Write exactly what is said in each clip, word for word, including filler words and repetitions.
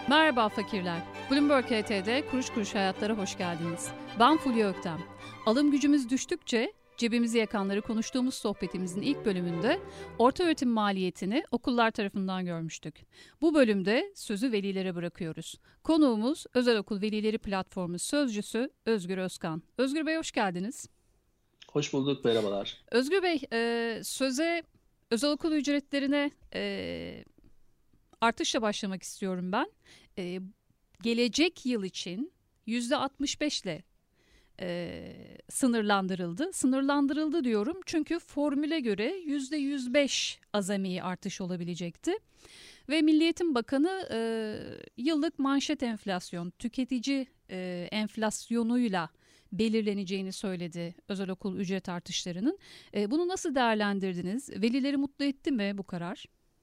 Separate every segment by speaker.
Speaker 1: Merhaba fakirler. Bloomberg H T'de Kuruş Kuruş Hayatlara hoş geldiniz. Ben Fulya Öktem. Alım gücümüz düştükçe cebimizi yakanları konuştuğumuz sohbetimizin ilk bölümünde ortaöğretim maliyetini okullar tarafından görmüştük. Bu bölümde sözü velilere bırakıyoruz. Konuğumuz Özel Okul Velileri Platformu Sözcüsü Özgür Özkan. Özgür Bey hoş geldiniz.
Speaker 2: Hoş bulduk, merhabalar.
Speaker 1: Özgür Bey, e, söze özel okul ücretlerine e, artışla başlamak istiyorum ben. E, gelecek yıl için yüzde altmış beş ile e, sınırlandırıldı. Sınırlandırıldı diyorum çünkü formüle göre yüzde yüz beş azami artış olabilecekti. Ve Milli Eğitim Bakanı e, yıllık manşet enflasyon, tüketici e, enflasyonuyla belirleneceğini söyledi özel okul ücret artışlarının. E, bunu nasıl değerlendirdiniz? Velileri mutlu etti mi bu karar?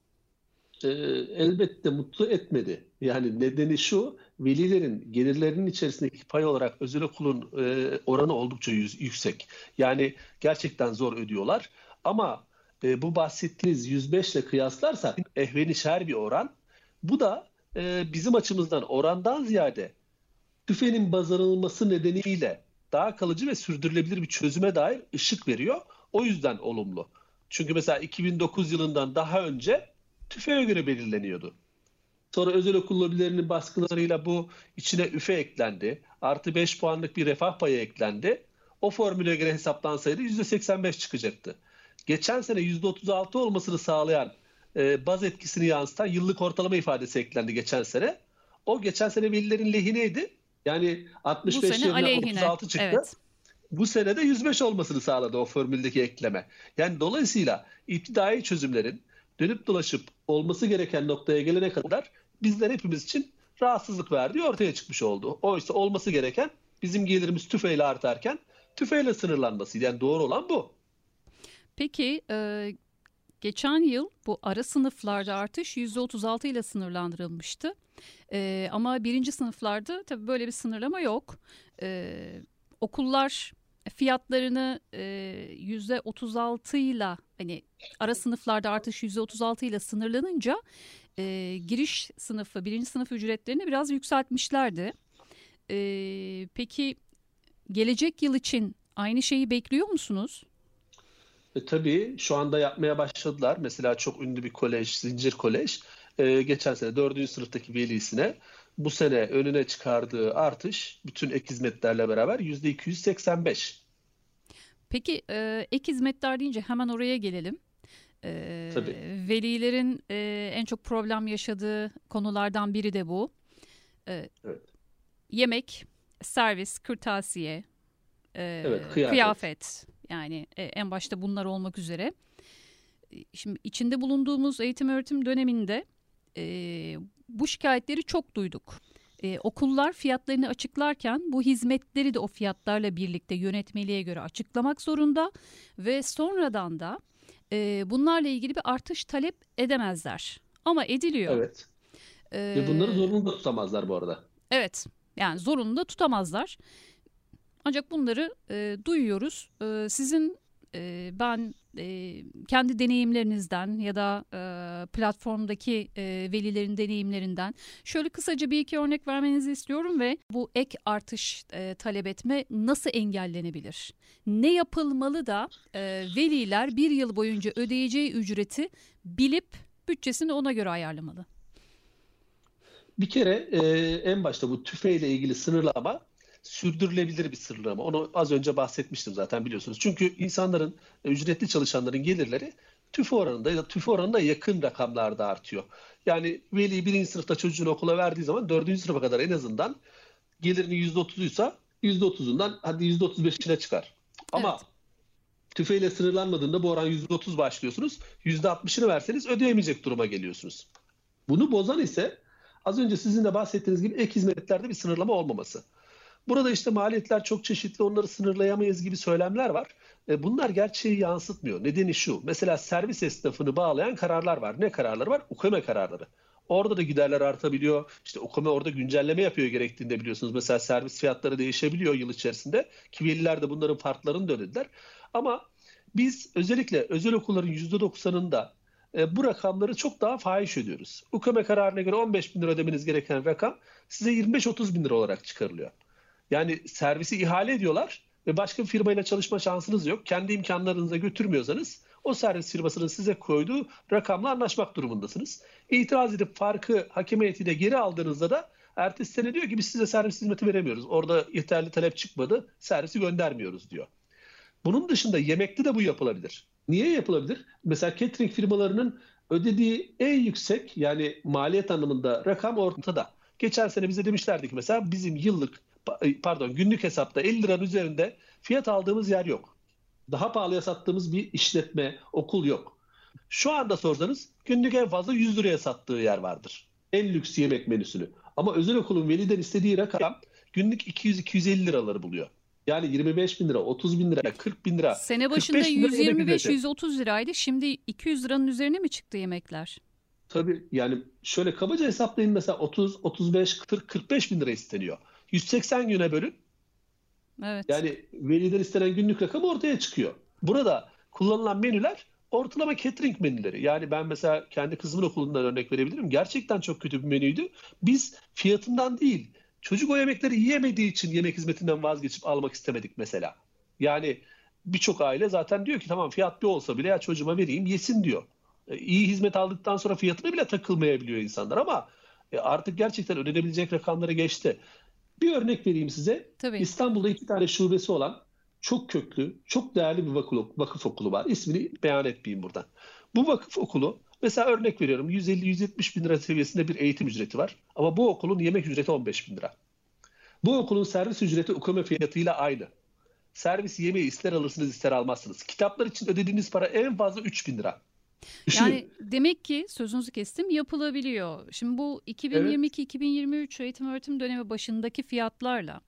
Speaker 2: Ee, elbette mutlu etmedi. Yani nedeni şu, velilerin gelirlerinin içerisindeki pay olarak özel okulun e, oranı oldukça yüz- yüksek. Yani gerçekten zor ödüyorlar. Ama e, bu bahsettiğiniz yüz beş ile kıyaslarsak ehvenişer bir oran. Bu da e, bizim açımızdan orandan ziyade tüfenin baz alınması nedeniyle daha kalıcı ve sürdürülebilir bir çözüme dair ışık veriyor. O yüzden olumlu. Çünkü mesela iki bin dokuz yılından daha önce tüfeğe göre belirleniyordu. Sonra özel okul lobilerinin baskılarıyla bu içine üfe eklendi. Artı beş puanlık bir refah payı eklendi. O formüle göre hesaplansaydı yüzde seksen beş çıkacaktı. Geçen sene yüzde otuz altı olmasını sağlayan e, baz etkisini yansıtan yıllık ortalama ifadesi eklendi geçen sene. O geçen sene velilerin lehineydi. Yani
Speaker 1: Bu
Speaker 2: altmış beş
Speaker 1: sene
Speaker 2: yerine
Speaker 1: aleyhine.
Speaker 2: otuz altı çıktı.
Speaker 1: Evet.
Speaker 2: Bu sene de yüz beş olmasını sağladı o formüldeki ekleme. Yani dolayısıyla iptidai çözümlerin dönüp dolaşıp olması gereken noktaya gelene kadar bizler hepimiz için rahatsızlık verdiği ortaya çıkmış oldu. Oysa olması gereken bizim gelirimiz tüfeyle artarken tüfeyle sınırlanmasıydı. Yani doğru olan bu.
Speaker 1: Peki e, geçen yıl bu ara sınıflarda artış yüzde otuz altı ile sınırlandırılmıştı. E, ama birinci sınıflarda tabii böyle bir sınırlama yok. E, okullar fiyatlarını e, yüzde otuz altı ile hani ara sınıflarda artış yüzde otuz altı ile sınırlanınca e, giriş sınıfı, birinci sınıf ücretlerini biraz yükseltmişlerdi. E, peki gelecek yıl için aynı şeyi bekliyor musunuz?
Speaker 2: E, tabii şu anda yapmaya başladılar. Mesela çok ünlü bir kolej, Zincir Kolej, e, geçen sene dördüncü sınıftaki velisine bu sene önüne çıkardığı artış bütün ek hizmetlerle beraber yüzde iki yüz seksen beş.
Speaker 1: Peki e, ek hizmetler deyince hemen oraya gelelim. E,
Speaker 2: Tabii.
Speaker 1: velilerin e, en çok problem yaşadığı konulardan biri de bu. E,
Speaker 2: Evet.
Speaker 1: yemek, servis, kırtasiye, e,
Speaker 2: Evet, kıyafet.
Speaker 1: kıyafet. Yani e, en başta bunlar olmak üzere. E, Şimdi içinde bulunduğumuz eğitim öğretim döneminde e, bu şikayetleri çok duyduk. E, okullar fiyatlarını açıklarken bu hizmetleri de o fiyatlarla birlikte yönetmeliğe göre açıklamak zorunda ve sonradan da e, bunlarla ilgili bir artış talep edemezler. Ama ediliyor.
Speaker 2: Evet. Ve bunları
Speaker 1: E,
Speaker 2: zorunlu da tutamazlar bu arada.
Speaker 1: evet, yani zorunlu da tutamazlar. Ancak bunları e, duyuyoruz. E, sizin e, ben e, kendi deneyimlerinizden ya da e, platformdaki e, velilerin deneyimlerinden şöyle kısaca bir iki örnek vermenizi istiyorum ve bu ek artış e, talep etme nasıl engellenebilir? Ne yapılmalı da e, veliler bir yıl boyunca ödeyeceği ücreti bilip bütçesini ona göre ayarlamalı?
Speaker 2: Bir kere e, en başta bu tüfeyle ilgili sınırlama sürdürülebilir bir sınırlama. Onu az önce bahsetmiştim zaten biliyorsunuz. Çünkü insanların, e, ücretli çalışanların gelirleri tüfe oranında ya da tüfe oranına yakın rakamlarda artıyor. Yani veli birinci sınıfta çocuğunu okula verdiği zaman dördüncü sınıfa kadar en azından gelirinin yüzde otuzuysa yüzde otuzundan hadi yüzde otuz beşine çıkar.
Speaker 1: Evet,
Speaker 2: Ama tüfeyle sınırlanmadığında bu oran yüzde otuz başlıyorsunuz. yüzde altmışını verseniz ödeyemeyecek duruma geliyorsunuz. Bunu bozan ise az önce sizin de bahsettiğiniz gibi ek hizmetlerde bir sınırlama olmaması. Burada işte maliyetler çok çeşitli, onları sınırlayamayız gibi söylemler var. E, Bunlar gerçeği yansıtmıyor. Nedeni şu, mesela servis esnafını bağlayan kararlar var. Ne kararları var? UKME kararları. Orada da giderler artabiliyor. İşte UKME orada güncelleme yapıyor gerektiğinde biliyorsunuz. Mesela servis fiyatları değişebiliyor yıl içerisinde. Ki veliler de bunların farklarını da ödediler. Ama biz özellikle özel okulların yüzde doksanında e, bu rakamları çok daha fahiş ödüyoruz. UKME kararına göre on beş bin lira ödemeniz gereken rakam size yirmi beş otuz bin lira olarak çıkarılıyor. Yani servisi ihale ediyorlar ve başka bir firmayla çalışma şansınız yok. Kendi imkanlarınıza götürmüyorsanız o servis firmasının size koyduğu rakamla anlaşmak durumundasınız. İtiraz edip farkı hakem heyetiyle geri aldığınızda da ertesi sene diyor ki biz size servis hizmeti veremiyoruz. Orada yeterli talep çıkmadı, servisi göndermiyoruz diyor. Bunun dışında yemekte de bu yapılabilir. Niye yapılabilir? Mesela catering firmalarının ödediği en yüksek, yani maliyet anlamında rakam ortada. Geçen sene bize demişlerdi ki mesela bizim yıllık pardon günlük hesapta elli liranın üzerinde fiyat aldığımız yer yok. Daha pahalıya sattığımız bir işletme, okul yok. Şu anda sorsanız günlük en fazla yüz liraya sattığı yer vardır. En lüks yemek menüsünü. Ama özel okulun veliden istediği rakam günlük iki yüz iki yüz elli liraları buluyor. Yani yirmi beş bin lira, otuz bin lira, kırk bin lira.
Speaker 1: Sene başında yüz yirmi beş yüz otuz liraydı. Şimdi iki yüz liranın üzerine mi çıktı yemekler?
Speaker 2: Tabii yani şöyle kabaca hesaplayın, mesela otuz, otuz beş, kırk, kırk beş bin lira isteniyor. yüz seksen güne bölün.
Speaker 1: Evet.
Speaker 2: Yani veliden istenen günlük rakam ortaya çıkıyor. Burada kullanılan menüler ortalama catering menüleri. Yani ben mesela kendi kızımın okulundan örnek verebilirim. Gerçekten çok kötü bir menüydü. Biz fiyatından değil, çocuk o yemekleri yiyemediği için yemek hizmetinden vazgeçip almak istemedik mesela. Yani birçok aile zaten diyor ki tamam fiyat bir olsa bile ya çocuğuma vereyim yesin diyor. E, iyi hizmet aldıktan sonra fiyatına bile takılmayabiliyor insanlar ama e, artık gerçekten ödenebilecek rakamlara geçti. Bir örnek vereyim size.
Speaker 1: Tabii.
Speaker 2: İstanbul'da iki tane şubesi olan çok köklü, çok değerli bir vakıf, vakıf okulu var. İsmini beyan etmeyeyim buradan. Bu vakıf okulu mesela örnek veriyorum yüz elli yüz yetmiş bin lira seviyesinde bir eğitim ücreti var. Ama bu okulun yemek ücreti on beş bin lira. Bu okulun servis ücreti UKME fiyatıyla aynı. Servis yemeği ister alırsınız ister almazsınız. Kitaplar için ödediğiniz para en fazla üç bin lira. Düşünün.
Speaker 1: Yani demek ki sözünüzü kestim yapılabiliyor. Şimdi bu iki bin yirmi iki iki bin yirmi üç eğitim öğretim dönemi başındaki fiyatlarla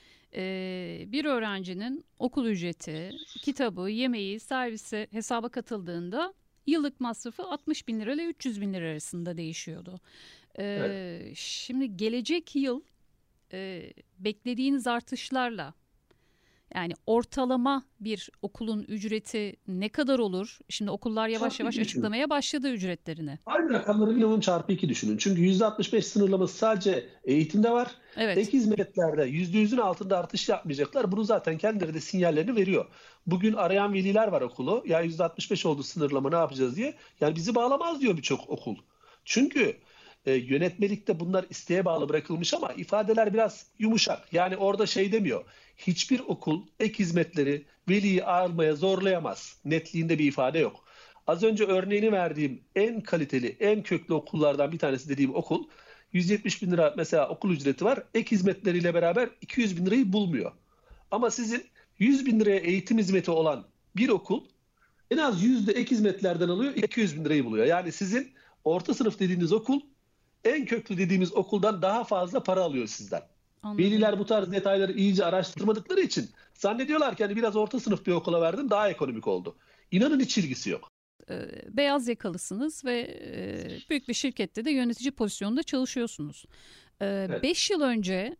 Speaker 1: e, bir öğrencinin okul ücreti, kitabı, yemeği, servisi hesaba katıldığında yıllık masrafı altmış bin lira ile üç yüz bin lira arasında değişiyordu. E, evet. Şimdi gelecek yıl e, beklediğiniz artışlarla, yani ortalama bir okulun ücreti ne kadar olur? Şimdi okullar yavaş çarpı yavaş açıklamaya başladı ücretlerini.
Speaker 2: Aynı rakamları minimum çarpı iki düşünün. Çünkü yüzde altmış beş sınırlaması sadece eğitimde var.
Speaker 1: Evet.
Speaker 2: Ek hizmetlerde yüzde yüzün altında artış yapmayacaklar. Bunu zaten kendileri de sinyallerini veriyor. Bugün arayan veliler var okulu. Ya yüzde altmış beş oldu sınırlama, ne yapacağız diye. Yani bizi bağlamaz diyor birçok okul. Çünkü e, yönetmelikte bunlar isteğe bağlı bırakılmış ama ifadeler biraz yumuşak. Yani orada şey demiyor. Hiçbir okul ek hizmetleri veliyi almaya zorlayamaz. Netliğinde bir ifade yok. Az önce örneğini verdiğim en kaliteli, en köklü okullardan bir tanesi dediğim okul yüz yetmiş bin lira mesela okul ücreti var. Ek hizmetleriyle beraber iki yüz bin lirayı bulmuyor. Ama sizin yüz bin liraya eğitim hizmeti olan bir okul en az yüzde ek hizmetlerden alıyor, iki yüz bin lirayı buluyor. Yani sizin orta sınıf dediğiniz okul en köklü dediğimiz okuldan daha fazla para alıyor sizden. Anladım. Veliler bu tarz detayları iyice araştırmadıkları için zannediyorlar ki hani biraz orta sınıf bir okula verdim daha ekonomik oldu. İnanın hiç ilgisi yok.
Speaker 1: Beyaz yakalısınız ve büyük bir şirkette de yönetici pozisyonunda çalışıyorsunuz. beş evet. yıl önce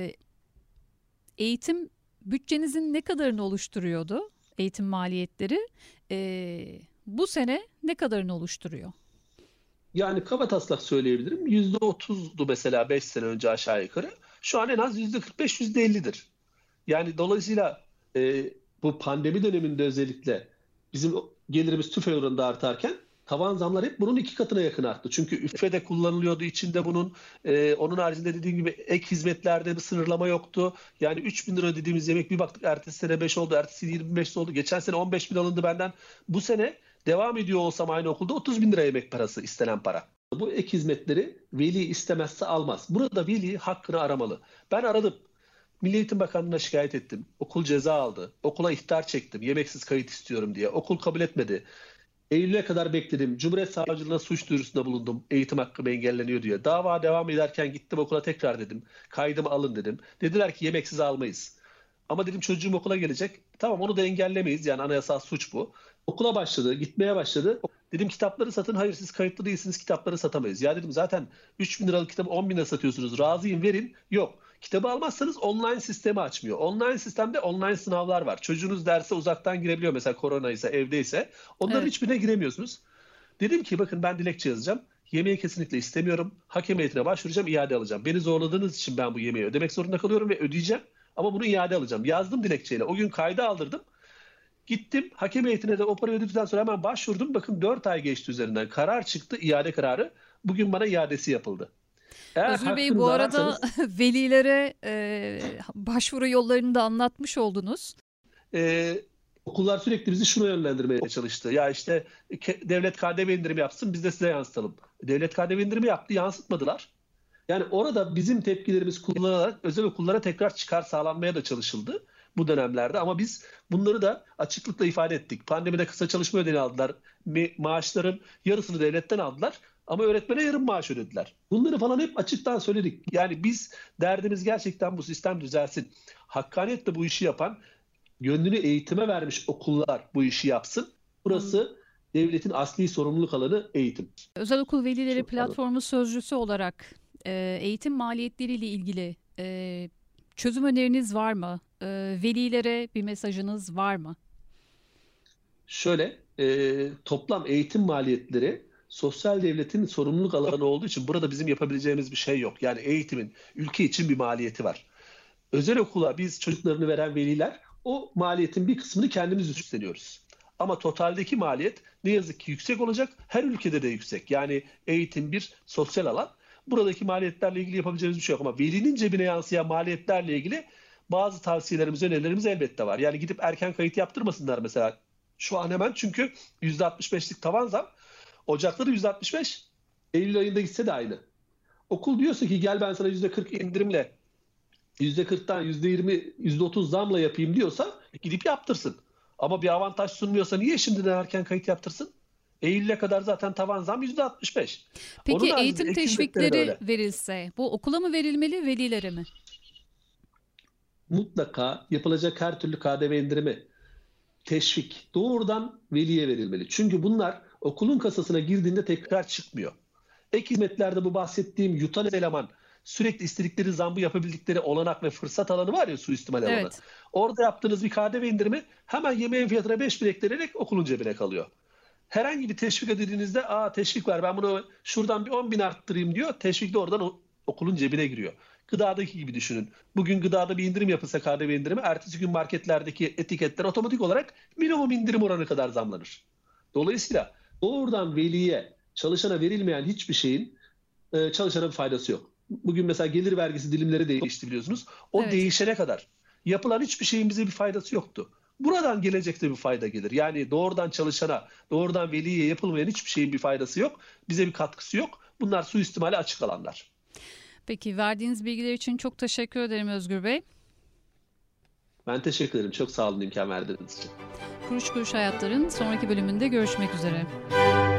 Speaker 1: eğitim bütçenizin ne kadarını oluşturuyordu? Eğitim maliyetleri. Bu sene ne kadarını oluşturuyor?
Speaker 2: Yani kabataslak söyleyebilirim. yüzde otuzdu mesela beş sene önce aşağı yukarı. Şu an en az yüzde kırk beş yüzde ellidir. Yani dolayısıyla e, bu pandemi döneminde özellikle bizim gelirimiz TÜFE oranında artarken tavan zamlar hep bunun iki katına yakın arttı. Çünkü üfede kullanılıyordu içinde bunun. E, onun haricinde dediğim gibi ek hizmetlerde bir sınırlama yoktu. Yani üç bin lira dediğimiz yemek bir baktık ertesi sene beş oldu, ertesi yirmi beş oldu. Geçen sene on beş bin alındı benden. Bu sene devam ediyor olsam aynı okulda otuz bin lira yemek parası istenen para. Bu ek hizmetleri veli istemezse almaz. Burada veli hakkını aramalı. Ben aradım. Milli Eğitim Bakanlığı'na şikayet ettim. Okul ceza aldı. Okula ihtar çektim. Yemeksiz kayıt istiyorum diye. Okul kabul etmedi. Eylül'e kadar bekledim. Cumhuriyet Savcılığına suç duyurusunda bulundum. Eğitim hakkım engelleniyor diye. Dava devam ederken gittim okula tekrar dedim. Kaydımı alın dedim. Dediler ki yemeksiz almayız. Ama dedim çocuğum okula gelecek. Tamam onu da engellemeyiz. Yani anayasal suç bu. Okula başladı. Gitmeye başladı. Dedim kitapları satın. Hayır siz kayıtlı değilsiniz. Kitapları satamayız. Ya dedim zaten üç bin liralık kitabı on bin lira satıyorsunuz. Razıyım verin. Yok. Kitabı almazsanız online sistemi açmıyor. Online sistemde online sınavlar var. Çocuğunuz derse uzaktan girebiliyor. Mesela korona ise evdeyse. Onların evet. hiçbirine giremiyorsunuz. Dedim ki bakın ben dilekçe yazacağım. Yemeği kesinlikle istemiyorum. Hakem heyetine başvuracağım, iade alacağım. Beni zorladığınız için ben bu yemeği ödemek zorunda kalıyorum ve ödeyeceğim. Ama bunu iade alacağım. Yazdım dilekçeyle. O gün kayda aldırdım. Gittim hakem heyetine de o parayı ödedikten sonra hemen başvurdum. Bakın dört ay geçti üzerinden. Karar çıktı, iade kararı. Bugün bana iadesi yapıldı. Eğer
Speaker 1: Özgür Bey,
Speaker 2: hakkınızı
Speaker 1: bu arada
Speaker 2: ararsanız,
Speaker 1: velilere e, başvuru yollarını da anlatmış oldunuz.
Speaker 2: e, okullar sürekli bizi şuna yönlendirmeye çalıştı. Ya işte ke- devlet K D V indirimi yapsın, biz de size yansıtalım. Devlet K D V indirimi yaptı, yansıtmadılar. Yani orada bizim tepkilerimiz kullanılarak özel okullara tekrar çıkar sağlanmaya da çalışıldı bu dönemlerde. Ama biz bunları da açıklıkla ifade ettik. Pandemide kısa çalışma ödeneği aldılar. Ma- maaşların yarısını devletten aldılar. Ama öğretmene yarım maaş ödediler. Bunları falan hep açıktan söyledik. Yani biz derdimiz gerçekten bu sistem düzelsin. Hakkaniyetle bu işi yapan, gönlünü eğitime vermiş okullar bu işi yapsın. Burası devletin asli sorumluluk alanı eğitim.
Speaker 1: Özel Okul Velileri
Speaker 2: Çok pardon.
Speaker 1: Platformu sözcüsü olarak e, eğitim maliyetleriyle ilgili e, çözüm öneriniz var mı? E, velilere bir mesajınız var mı?
Speaker 2: Şöyle, e, toplam eğitim maliyetleri sosyal devletin sorumluluk alanı olduğu için burada bizim yapabileceğimiz bir şey yok. Yani eğitimin ülke için bir maliyeti var. Özel okula biz çocuklarını veren veliler o maliyetin bir kısmını kendimiz üstleniyoruz. Ama totaldeki maliyet ne yazık ki yüksek olacak. Her ülkede de yüksek. Yani eğitim bir sosyal alan. Buradaki maliyetlerle ilgili yapabileceğimiz bir şey yok. Ama velinin cebine yansıyan maliyetlerle ilgili bazı tavsiyelerimiz, önerilerimiz elbette var. Yani gidip erken kayıt yaptırmasınlar mesela. Şu an hemen, çünkü yüzde altmış beşlik tavan zam. Ocak'ta da yüzde altmış beş. Eylül ayında gitse de aynı. Okul diyorsa ki gel ben sana yüzde kırk indirimle, yüzde kırktan yüzde yirmi, yüzde otuz zamla yapayım diyorsa gidip yaptırsın. Ama bir avantaj sunmuyorsa niye şimdiden erken kayıt yaptırsın? Eylül'e kadar zaten tavan zam yüzde altmış beş. Onun
Speaker 1: Peki
Speaker 2: haricinde
Speaker 1: eğitim
Speaker 2: ek hizmetleri de
Speaker 1: teşvikleri
Speaker 2: öyle.
Speaker 1: verilse bu okula mı verilmeli, velilere mi?
Speaker 2: Mutlaka yapılacak her türlü K D V indirimi, teşvik doğrudan veliye verilmeli. Çünkü bunlar okulun kasasına girdiğinde tekrar çıkmıyor. Ek hizmetlerde bu bahsettiğim yutan eleman, sürekli istedikleri zammı yapabildikleri olanak ve fırsat alanı var ya, suistimal alanı.
Speaker 1: Evet.
Speaker 2: Orada yaptığınız bir K D V indirimi hemen yemeğin fiyatına beş bin eklenerek okulun cebine kalıyor. Herhangi bir teşvik ödediğinizde aa teşvik var ben bunu şuradan bir on bin arttırayım diyor. Teşvik de oradan o, okulun cebine giriyor. Gıdadaki gibi düşünün. Bugün gıdada bir indirim yapılsa, K D V indirimi, ertesi gün marketlerdeki etiketler otomatik olarak minimum indirim oranı kadar zamlanır. Dolayısıyla doğrudan veliye, çalışana verilmeyen hiçbir şeyin e, çalışana bir faydası yok. Bugün mesela gelir vergisi dilimleri değişti biliyorsunuz. O
Speaker 1: Evet.
Speaker 2: değişene kadar yapılan hiçbir şeyin bize bir faydası yoktu. Buradan gelecekte bir fayda gelir. Yani doğrudan çalışana, doğrudan veliye yapılmayan hiçbir şeyin bir faydası yok. Bize bir katkısı yok. Bunlar suistimale açık alanlar.
Speaker 1: Peki, verdiğiniz bilgiler için çok teşekkür ederim Özgür Bey.
Speaker 2: Ben teşekkür ederim. Çok sağ olun imkan verdiğiniz için.
Speaker 1: Kuruş Kuruş Hayatlar'ın sonraki bölümünde görüşmek üzere.